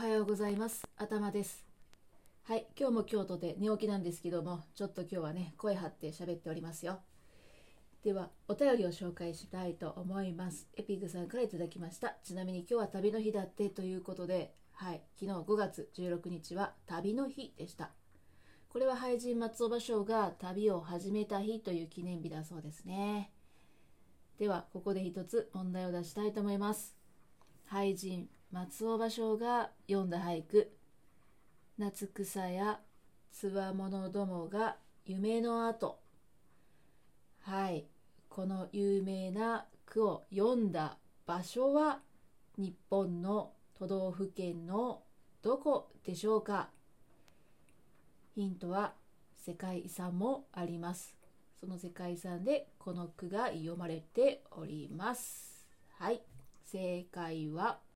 はようございます。頭です。はい、今日も京都で寝起きなんですけども、ちょっと今日はね、声張って喋っておりますよ。では、お便りを紹介したいと思います。エピグさんからいただきました。ちなみに今日は旅の日だってということで、はい、昨日5月16日は旅の日でした。これは俳人松尾芭蕉が旅を始めた日という記念日だそうですね。では、ここで一つ問題を出したいと思います。俳人松尾芭蕉が詠んだ俳句、夏草やつわものどもが夢の後。はい、この有名な句を読んだ場所は日本の都道府県のどこでしょうか。ヒントは世界遺産もあります。その世界遺産でこの句が読まれております。はい、正解は